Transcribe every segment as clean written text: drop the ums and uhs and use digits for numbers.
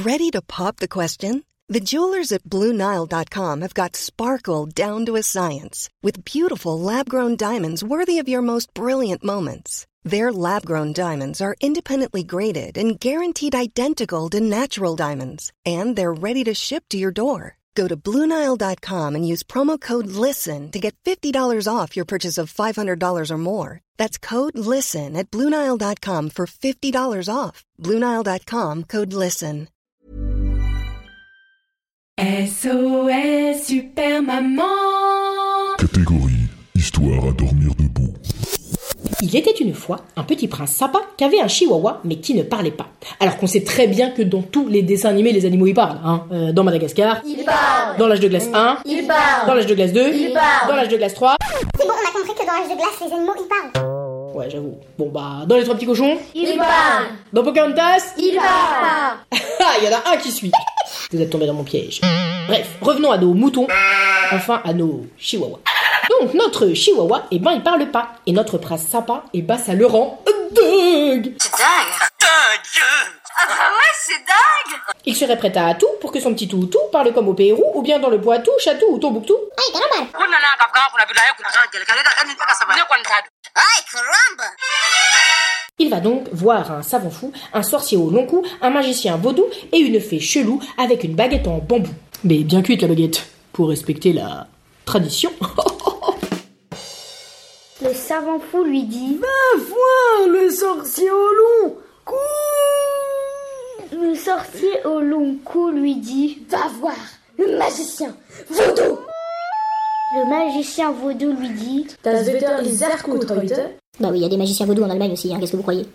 Ready to pop the question? The jewelers at BlueNile.com have got sparkle down to a science with beautiful lab-grown diamonds worthy of your most brilliant moments. Their lab-grown diamonds are independently graded and guaranteed identical to natural diamonds, and they're ready to ship to your door. Go to BlueNile.com and use promo code LISTEN to get $50 off your purchase of $500 or more. That's code LISTEN at BlueNile.com for $50 off. BlueNile.com, code LISTEN. SOS Super Maman. Catégorie Histoire à dormir debout. Il était une fois un petit prince sympa qui avait un chihuahua mais qui ne parlait pas. Alors qu'on sait très bien que dans tous les dessins animés, les animaux y parlent. Dans Madagascar, il parle. Dans l'âge de glace 1, il parle. Dans l'âge de glace 2, il parle. Dans l'âge de glace 3. C'est bon, on a compris que dans l'âge de glace, les animaux, ils parlent. Ouais, j'avoue. Bon bah, dans les 3 petits cochons, Il parle. dans Pocahontas, Il parle. Ah, il y en a un qui suit. Vous êtes tombés dans mon piège. Bref, revenons à nos moutons, enfin à nos chihuahuas. Donc notre chihuahua, il parle pas. Et notre prince sympa, ça le rend dingue. C'est dingue. Dingue. Ah bah ouais, c'est dingue. Il serait prêt à tout pour que son petit toutou parle comme au Pérou, ou bien dans le Poitou, Chatou ou Tombouctou. Il va donc voir un savant fou, un sorcier au long cou, un magicien vaudou et une fée chelou avec une baguette en bambou. Mais bien cuite la baguette, pour respecter la tradition. Le savant fou lui dit: Va voir le sorcier au long cou. Le sorcier au long cou lui dit: Va voir le magicien vaudou. Le magicien vaudou lui dit: Das Wetter ist sehr gut heute. Bah oui, il y a des magiciens vaudous en Allemagne aussi, qu'est-ce que vous croyez?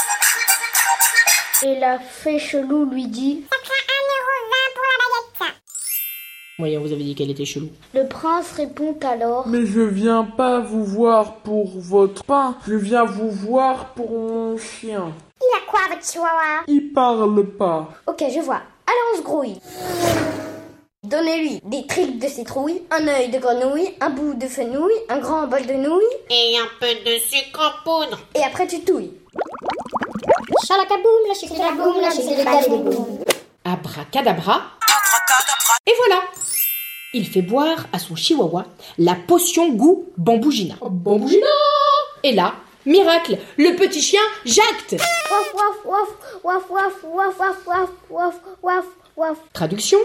Et la fée chelou lui dit: Ça coûte 1,20 € pour la baguette. Voyons, vous avez dit qu'elle était chelou. Le prince répond alors: Mais je viens pas vous voir pour votre pain, je viens vous voir pour mon chien. Il a quoi, votre chihuahua? Il parle pas. Ok, je vois. Allez, on se grouille. Donnez-lui des tripes de citrouille, un œil de grenouille, un bout de fenouil, un grand bol de nouilles. Et un peu de sucre en poudre. Et après, tu touilles. Chalakaboum, la chicadaboum, la chicadaboum. Abracadabra. Et voilà. Il fait boire à son chihuahua la potion goût bambougina. Bambougina. Et là, miracle, le petit chien jacte. Waf, waf, waf, waf, waf, waf, waf, waf, waf, waf, waf. Traduction.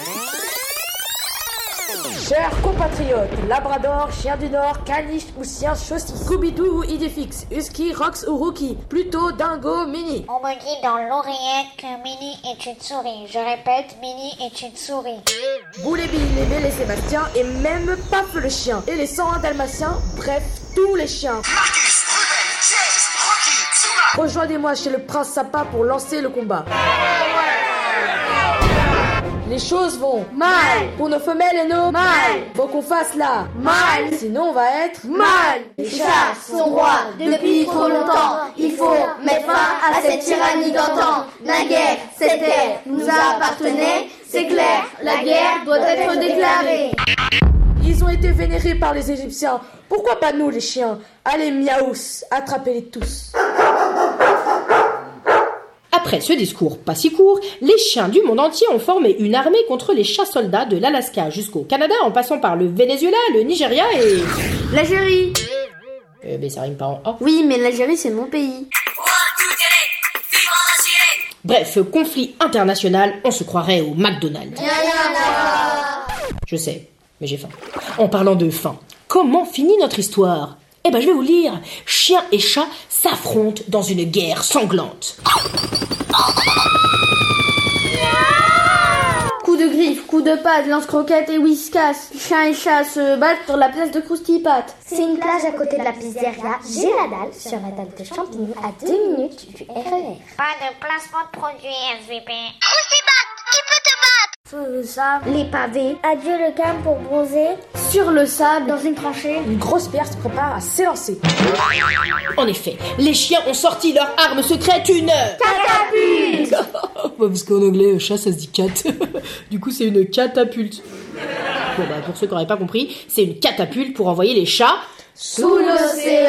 Chers compatriotes, Labrador, chien du Nord, caniche ou chien chaussy, Scooby-Doo ou Idéfix, Husky, Rox ou Rookie, plutôt Dingo, Mini. On me dit dans l'oreillette que Minnie est une souris. Je répète, Minnie est une souris. Boulet Bill, les Belle et Sébastien, et même Paf le chien, et les 101 dalmatiens, bref, tous les chiens. Marcus, Ruben, Chase, Rocky, Zuma. Rejoignez-moi chez le prince Sapa pour lancer le combat. Les choses vont mal pour nos femelles et nos mâles. Faut qu'on fasse la mal, sinon on va être mal. Les chats sont rois depuis trop longtemps. Il faut mettre fin à cette tyrannie d'antan. La guerre, cette terre nous appartenait. C'est clair, la guerre doit être déclarée. Ils ont été vénérés par les Égyptiens. Pourquoi pas nous les chiens? Allez miaous, attrapez-les tous. Après ce discours pas si court, les chiens du monde entier ont formé une armée contre les chats-soldats de l'Alaska jusqu'au Canada en passant par le Venezuela, le Nigeria et... l'Algérie. Mais ça rime pas en A. Oui, mais l'Algérie c'est mon pays. Bref, conflit international, on se croirait au McDonald's. Je sais, mais j'ai faim. En parlant de faim, comment finit notre histoire? Eh ben je vais vous le dire, chien et chat s'affrontent dans une guerre sanglante. Coup de griffe, coup de patte, lance-croquette et whiskas. Chien et chat se battent sur la place de Croustipat. C'est une plage à côté de la pizzeria Géladal sur la dalle de Champigny à 2 minutes du RER. Pas de placement de produit SVP. Sur le sable, Les pavés. adieu le calme pour bronzer. Sur le sable, dans une tranchée. Une grosse pierre se prépare à s'élancer. En effet, les chiens ont sorti leur arme secrète, une... Catapulte. Parce qu'en anglais, chat ça se dit cat. Du coup c'est une catapulte. Bon bah pour ceux qui n'auraient pas compris, c'est une catapulte pour envoyer les chats Sous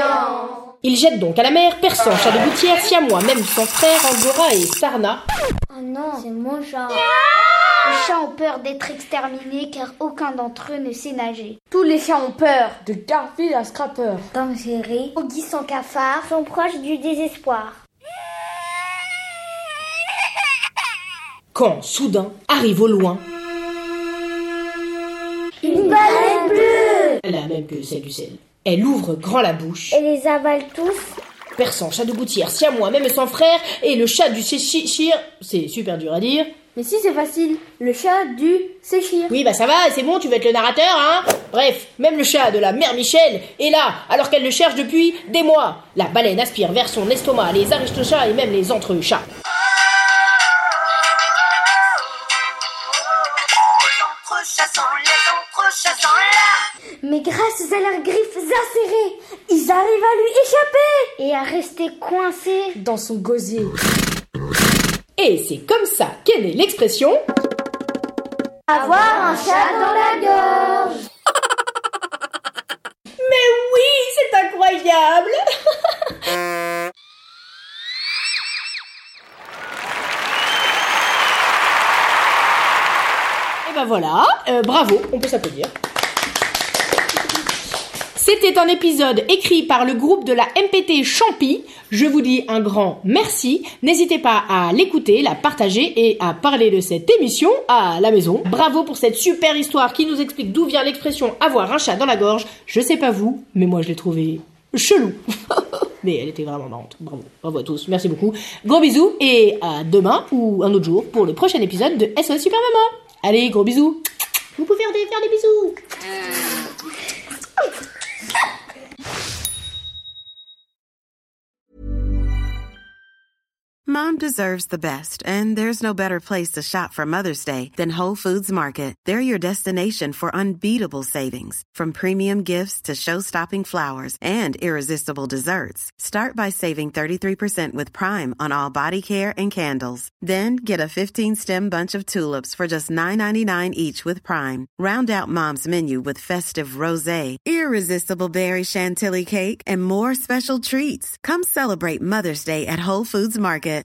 l'océan. Ils jettent donc à la mer Persan, chat de gouttière, siamois, même sans frère, angora et sarna. Oh non, c'est mon genre. Les chats ont peur d'être exterminés car aucun d'entre eux ne sait nager. Tous les chats ont peur, de Garfield à Scrapper. Tom Jerry, Oggy sans cafard sont proches du désespoir. Quand, soudain, arrive au loin Une baleine bleue! la même que celle du ciel. Elle ouvre grand la bouche. Et les avale tous. Persan, chat de gouttière, siamois, même sans frère, et le chat du Séchir. C'est super dur à dire. Mais si, c'est facile. Le chat du Séchir. Oui, bah ça va, c'est bon, tu veux être le narrateur, hein? Bref, même le chat de la mère Michel est là, alors qu'elle le cherche depuis des mois. La baleine aspire vers son estomac les aristochats et même les entrechats. Les entrechats sont là. Mais grâce à leurs griffes acérées, ils arrivent à lui échapper et à rester coincés dans son gosier. Et c'est comme ça qu'est née l'expression avoir un chat dans la gorge. Mais oui, c'est incroyable. Et ben voilà, bravo, on peut s'applaudir. C'était un épisode écrit par le groupe de la MPT Champy. Je vous dis un grand merci. N'hésitez pas à l'écouter, la partager et à parler de cette émission à la maison. Bravo pour cette super histoire qui nous explique d'où vient l'expression avoir un chat dans la gorge. Je sais pas vous, mais moi je l'ai trouvée chelou. Mais elle était vraiment marrante. Bravo. Bravo à tous. Merci beaucoup. Gros bisous et à demain ou un autre jour pour le prochain épisode de SOS Super Maman. Allez, gros bisous. Vous pouvez faire des bisous. Mom deserves the best, and there's no better place to shop for Mother's Day than Whole Foods Market. They're your destination for unbeatable savings, from premium gifts to show-stopping flowers and irresistible desserts. Start by saving 33% with Prime on all body care and candles. Then get a 15-stem bunch of tulips for just $9.99 each with Prime. Round out Mom's menu with festive rosé, irresistible berry chantilly cake, and more special treats. Come celebrate Mother's Day at Whole Foods Market.